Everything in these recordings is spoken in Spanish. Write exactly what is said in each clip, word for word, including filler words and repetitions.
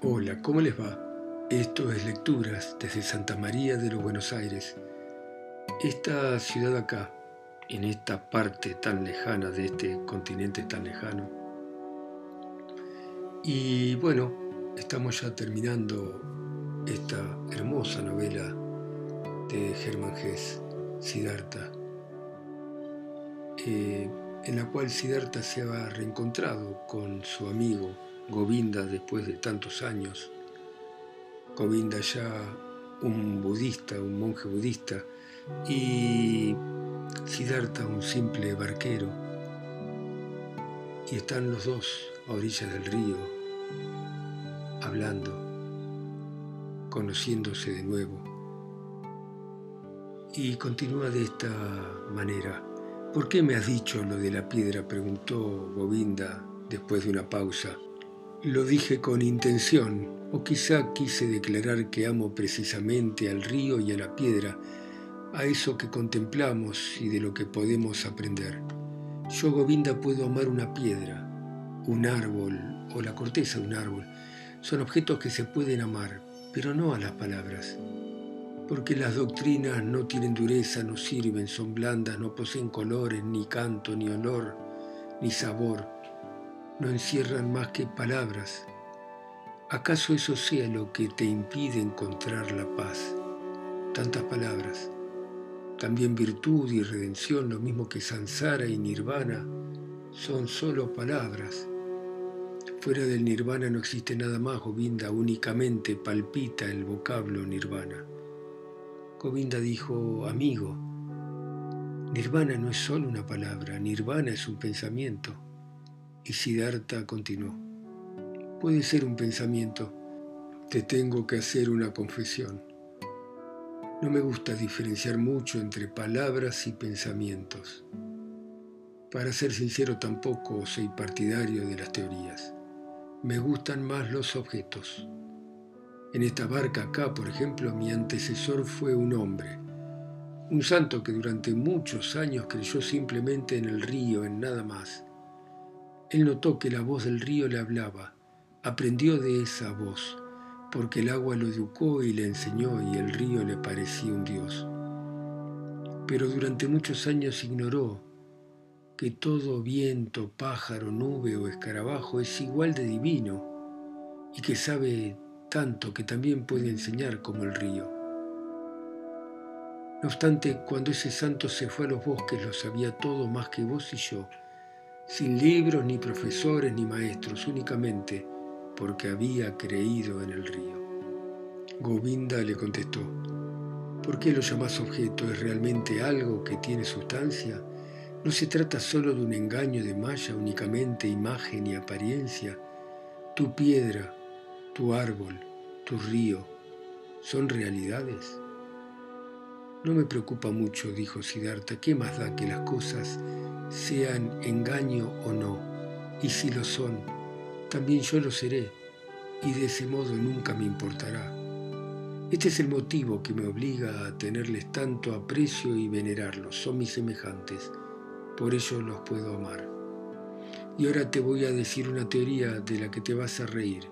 Hola, ¿cómo les va? Esto es Lecturas desde Santa María de los Buenos Aires. Esta ciudad acá, en esta parte tan lejana de este continente tan lejano. Y bueno, estamos ya terminando esta hermosa novela de Hermann Hesse, Siddhartha, eh, en la cual Siddhartha se ha reencontrado con su amigo Govinda después de tantos años. Govinda ya un budista, un monje budista, y Siddhartha un simple barquero, y están los dos a orillas del río, hablando, conociéndose de nuevo. Y continúa de esta manera. ¿Por qué me has dicho lo de la piedra?, preguntó Govinda después de una pausa. Lo dije con intención, o quizá quise declarar que amo precisamente al río y a la piedra, a eso que contemplamos y de lo que podemos aprender. Yo, Govinda, puedo amar una piedra, un árbol o la corteza de un árbol. Son objetos que se pueden amar, pero no a las palabras. Porque las doctrinas no tienen dureza, no sirven, son blandas, no poseen colores, ni canto, ni olor, ni sabor. No encierran más que palabras. ¿Acaso eso sea lo que te impide encontrar la paz? Tantas palabras. También virtud y redención, lo mismo que samsara y nirvana, son solo palabras. Fuera del nirvana no existe nada más, Govinda, únicamente palpita el vocablo nirvana. Govinda dijo, amigo, nirvana no es solo una palabra, nirvana es un pensamiento. Y Siddhartha continuó, puede ser un pensamiento, te tengo que hacer una confesión. No me gusta diferenciar mucho entre palabras y pensamientos. Para ser sincero, tampoco soy partidario de las teorías. Me gustan más los objetos. En esta barca acá, por ejemplo, mi antecesor fue un hombre, un santo que durante muchos años creyó simplemente en el río, en nada más. Él notó que la voz del río le hablaba, aprendió de esa voz, porque el agua lo educó y le enseñó y el río le parecía un dios. Pero durante muchos años ignoró que todo viento, pájaro, nube o escarabajo es igual de divino y que sabe tanto que también puede enseñar como el río. No obstante, cuando ese santo se fue a los bosques lo sabía todo más que vos y yo, sin libros, ni profesores, ni maestros, únicamente porque había creído en el río. Govinda le contestó, ¿por qué lo llamás objeto? ¿Es realmente algo que tiene sustancia? ¿No se trata solo de un engaño de maya, únicamente imagen y apariencia? Tu piedra, tu árbol, tu río, ¿son realidades? No me preocupa mucho, dijo Siddhartha, ¿qué más da que las cosas sean engaño o no? Y si lo son, también yo lo seré, y de ese modo nunca me importará. Este es el motivo que me obliga a tenerles tanto aprecio y venerarlos. Son mis semejantes, por ello los puedo amar. Y ahora te voy a decir una teoría de la que te vas a reír.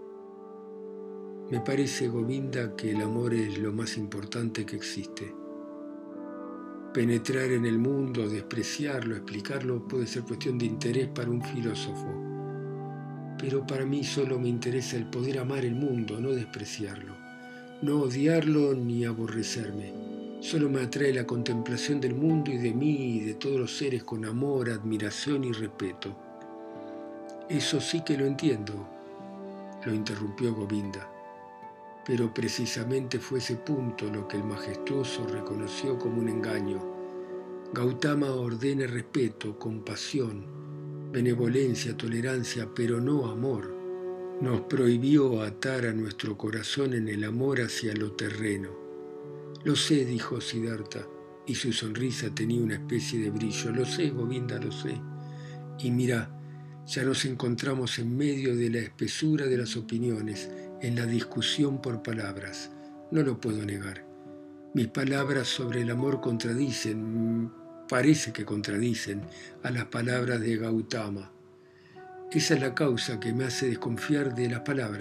Me parece, Govinda, que el amor es lo más importante que existe. Penetrar en el mundo, despreciarlo, explicarlo puede ser cuestión de interés para un filósofo. Pero para mí solo me interesa el poder amar el mundo, no despreciarlo. No odiarlo ni aborrecerme. Solo me atrae la contemplación del mundo y de mí y de todos los seres con amor, admiración y respeto. Eso sí que lo entiendo, lo interrumpió Govinda. Pero precisamente fue ese punto lo que el majestuoso reconoció como un engaño. Gautama ordena respeto, compasión, benevolencia, tolerancia, pero no amor. Nos prohibió atar a nuestro corazón en el amor hacia lo terreno. Lo sé, dijo Siddhartha, y su sonrisa tenía una especie de brillo. Lo sé, Govinda, lo sé. Y mira, ya nos encontramos en medio de la espesura de las opiniones, en la discusión por palabras. No lo puedo negar. Mis palabras sobre el amor contradicen, parece que contradicen, a las palabras de Gautama. Esa es la causa que me hace desconfiar de las palabras.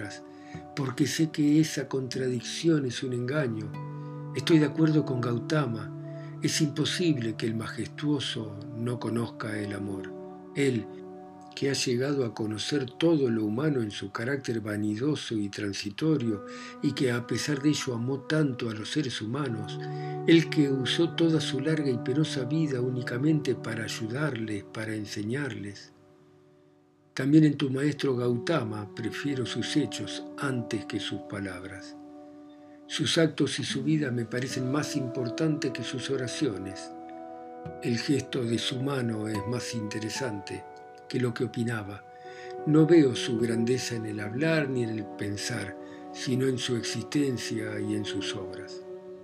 porque sé que esa contradicción es un engaño. Estoy de acuerdo con Gautama. Es imposible que el majestuoso no conozca el amor. Él, que ha llegado a conocer todo lo humano en su carácter vanidoso y transitorio, y que a pesar de ello amó tanto a los seres humanos, el que usó toda su larga y penosa vida únicamente para ayudarles, para enseñarles. También en tu maestro Gautama prefiero sus hechos antes que sus palabras. Sus actos y su vida me parecen más importantes que sus oraciones. El gesto de su mano es más interesante que lo que opinaba. No veo su grandeza en el hablar ni en el pensar, sino en su existencia y en sus obras.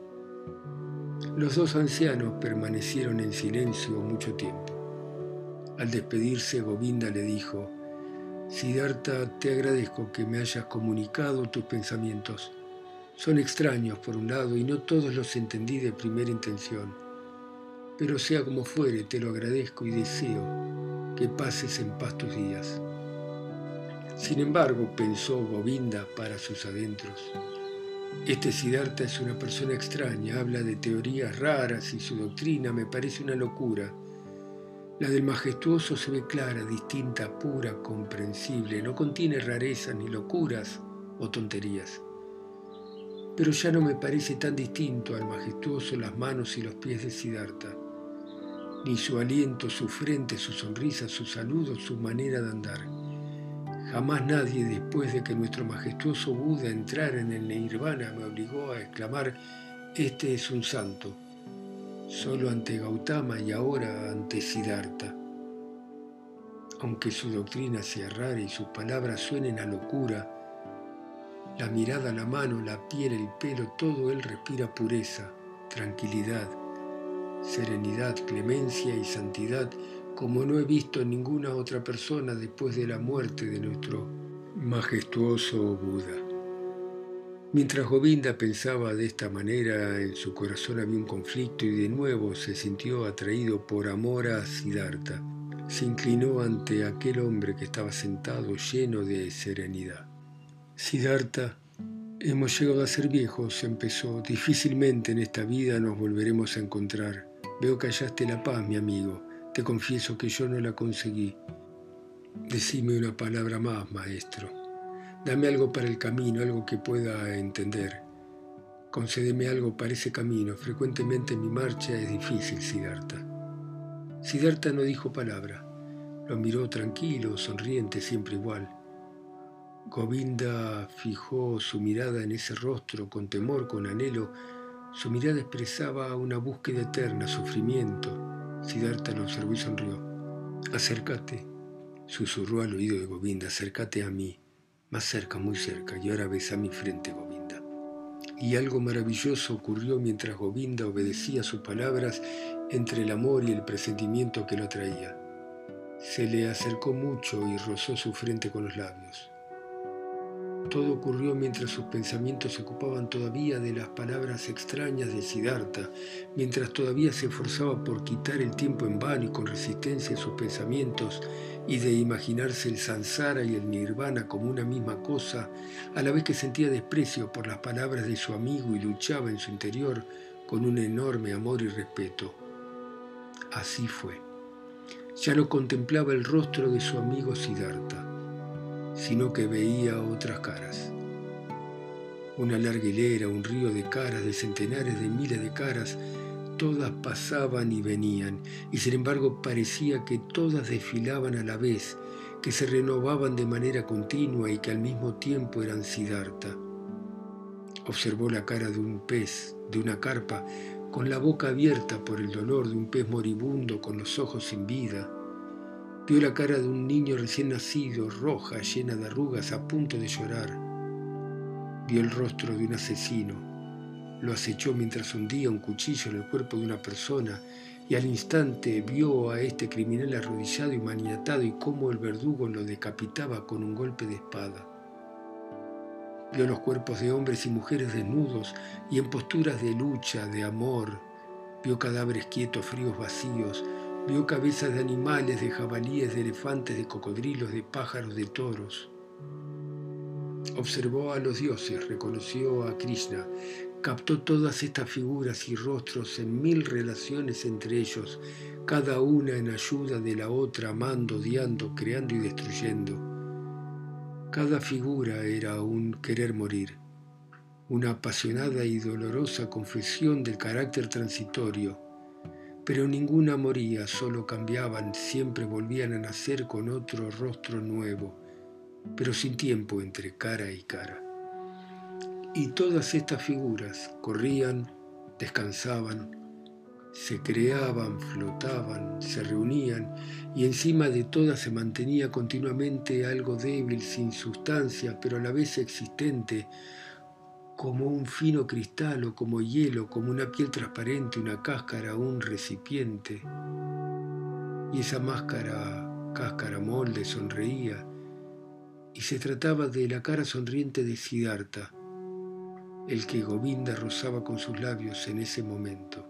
Los dos ancianos permanecieron en silencio mucho tiempo. Al despedirse, Govinda le dijo: Siddhartha, te agradezco que me hayas comunicado tus pensamientos. Son extraños por un lado y no todos los entendí de primera intención. Pero sea como fuere, te lo agradezco y deseo que pases en paz tus días. Sin embargo, pensó Govinda para sus adentros, este Siddhartha es una persona extraña, habla de teorías raras y su doctrina me parece una locura. La del majestuoso se ve clara, distinta, pura, comprensible, no contiene rarezas ni locuras o tonterías. Pero ya no me parece tan distinto al majestuoso las manos y los pies de Siddhartha, ni su aliento, su frente, su sonrisa, su saludo, su manera de andar. Jamás nadie, después de que nuestro majestuoso Buda entrara en el Nirvana, me obligó a exclamar: este es un santo. Solo ante Gautama y ahora ante Siddhartha. Aunque su doctrina sea rara y sus palabras suenen a locura, la mirada, la mano, la piel, el pelo, todo él respira pureza, tranquilidad, serenidad, clemencia y santidad, como no he visto en ninguna otra persona después de la muerte de nuestro majestuoso Buda. Mientras Govinda pensaba de esta manera, en su corazón había un conflicto y de nuevo se sintió atraído por amor a Siddhartha. Se inclinó ante aquel hombre que estaba sentado lleno de serenidad. Siddhartha, hemos llegado a ser viejos, empezó. Difícilmente en esta vida nos volveremos a encontrar. Veo que hallaste la paz, mi amigo. Te confieso que yo no la conseguí. Decime una palabra más, maestro. Dame algo para el camino, algo que pueda entender. Concédeme algo para ese camino. Frecuentemente mi marcha es difícil, Siddhartha. Siddhartha no dijo palabra. Lo miró tranquilo, sonriente, siempre igual. Govinda fijó su mirada en ese rostro con temor, con anhelo. Su mirada expresaba una búsqueda eterna, sufrimiento. Siddhartha lo observó y sonrió. Acércate, susurró al oído de Govinda, acércate a mí. Más cerca, muy cerca, y ahora besa mi frente, Govinda. Y algo maravilloso ocurrió mientras Govinda obedecía sus palabras entre el amor y el presentimiento que lo traía. Se le acercó mucho y rozó su frente con los labios. Todo ocurrió mientras sus pensamientos se ocupaban todavía de las palabras extrañas de Siddhartha, mientras todavía se esforzaba por quitar el tiempo en vano y con resistencia a sus pensamientos y de imaginarse el samsara y el nirvana como una misma cosa, a la vez que sentía desprecio por las palabras de su amigo y luchaba en su interior con un enorme amor y respeto. Así fue. Ya no contemplaba el rostro de su amigo Siddhartha, sino que veía otras caras. Una larga hilera, un río de caras, de centenares de miles de caras, todas pasaban y venían, y sin embargo parecía que todas desfilaban a la vez, que se renovaban de manera continua y que al mismo tiempo eran Siddhartha. Observó la cara de un pez, de una carpa, con la boca abierta por el dolor, de un pez moribundo con los ojos sin vida. Vio la cara de un niño recién nacido, roja, llena de arrugas, a punto de llorar. Vio el rostro de un asesino. Lo acechó mientras hundía un cuchillo en el cuerpo de una persona y al instante vio a este criminal arrodillado y maniatado y cómo el verdugo lo decapitaba con un golpe de espada. Vio los cuerpos de hombres y mujeres desnudos y en posturas de lucha, de amor. Vio cadáveres quietos, fríos, vacíos. Vio cabezas de animales, de jabalíes, de elefantes, de cocodrilos, de pájaros, de toros. Observó a los dioses, reconoció a Krishna, captó todas estas figuras y rostros en mil relaciones entre ellos, cada una en ayuda de la otra, amando, odiando, creando y destruyendo. Cada figura era un querer morir, una apasionada y dolorosa confesión del carácter transitorio, pero ninguna moría, solo cambiaban, siempre volvían a nacer con otro rostro nuevo, pero sin tiempo entre cara y cara. Y todas estas figuras corrían, descansaban, se creaban, flotaban, se reunían, y encima de todas se mantenía continuamente algo débil, sin sustancia, pero a la vez existente, como un fino cristal o como hielo, como una piel transparente, una cáscara, un recipiente. Y esa máscara, cáscara, molde, sonreía, y se trataba de la cara sonriente de Siddhartha, el que Govinda rozaba con sus labios en ese momento.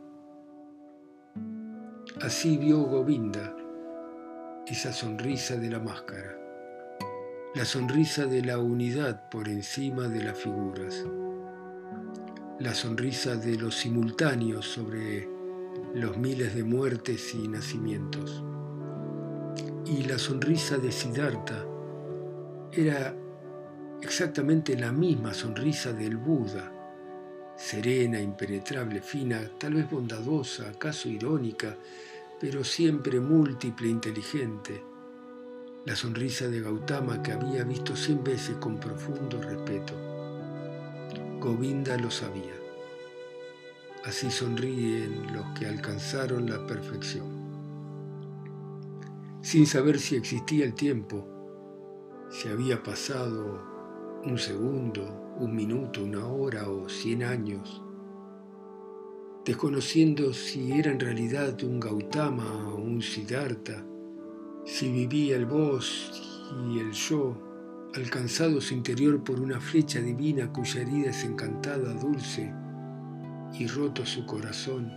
Así vio Govinda esa sonrisa de la máscara, la sonrisa de la unidad por encima de las figuras, la sonrisa de los simultáneos sobre los miles de muertes y nacimientos. Y la sonrisa de Siddhartha era exactamente la misma sonrisa del Buda, serena, impenetrable, fina, tal vez bondadosa, acaso irónica, pero siempre múltiple e inteligente. La sonrisa de Gautama que había visto cien veces con profundo respeto. Govinda lo sabía. Así sonríen los que alcanzaron la perfección. Sin saber si existía el tiempo, si había pasado un segundo, un minuto, una hora o cien años, desconociendo si era en realidad un Gautama o un Siddhartha, si vivía el vos y el yo, alcanzado su interior por una flecha divina cuya herida es encantada, dulce, y roto su corazón.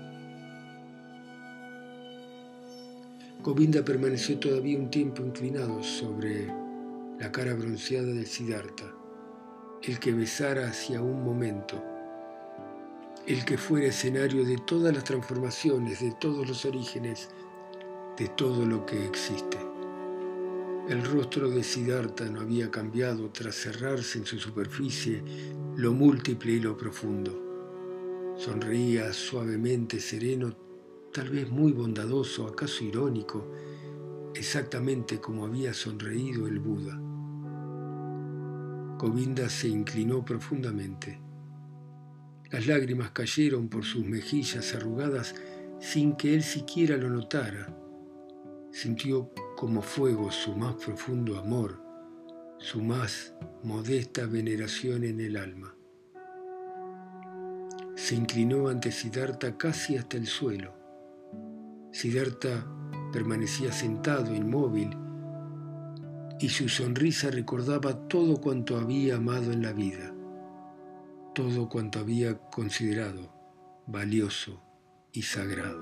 Govinda permaneció todavía un tiempo inclinado sobre la cara bronceada de Siddhartha, el que besara hacia un momento, el que fuera escenario de todas las transformaciones, de todos los orígenes, de todo lo que existe. El rostro de Siddhartha no había cambiado tras cerrarse en su superficie lo múltiple y lo profundo. Sonreía suavemente, sereno, tal vez muy bondadoso, acaso irónico, exactamente como había sonreído el Buda. Govinda se inclinó profundamente. Las lágrimas cayeron por sus mejillas arrugadas sin que él siquiera lo notara. Sintió como fuego su más profundo amor, su más modesta veneración en el alma. Se inclinó ante Siddhartha casi hasta el suelo. Siddhartha permanecía sentado, inmóvil, y su sonrisa recordaba todo cuanto había amado en la vida, todo cuanto había considerado valioso y sagrado.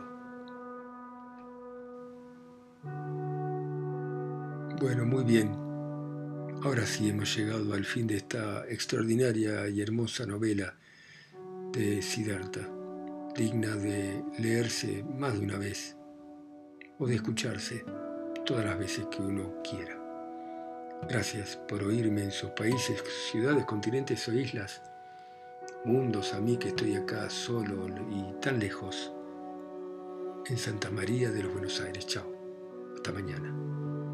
Bueno, muy bien. Ahora sí hemos llegado al fin de esta extraordinaria y hermosa novela de Siddhartha, digna de leerse más de una vez o de escucharse todas las veces que uno quiera. Gracias por oírme en sus países, ciudades, continentes o islas, mundos, a mí que estoy acá solo y tan lejos, en Santa María de los Buenos Aires. Chao, hasta mañana.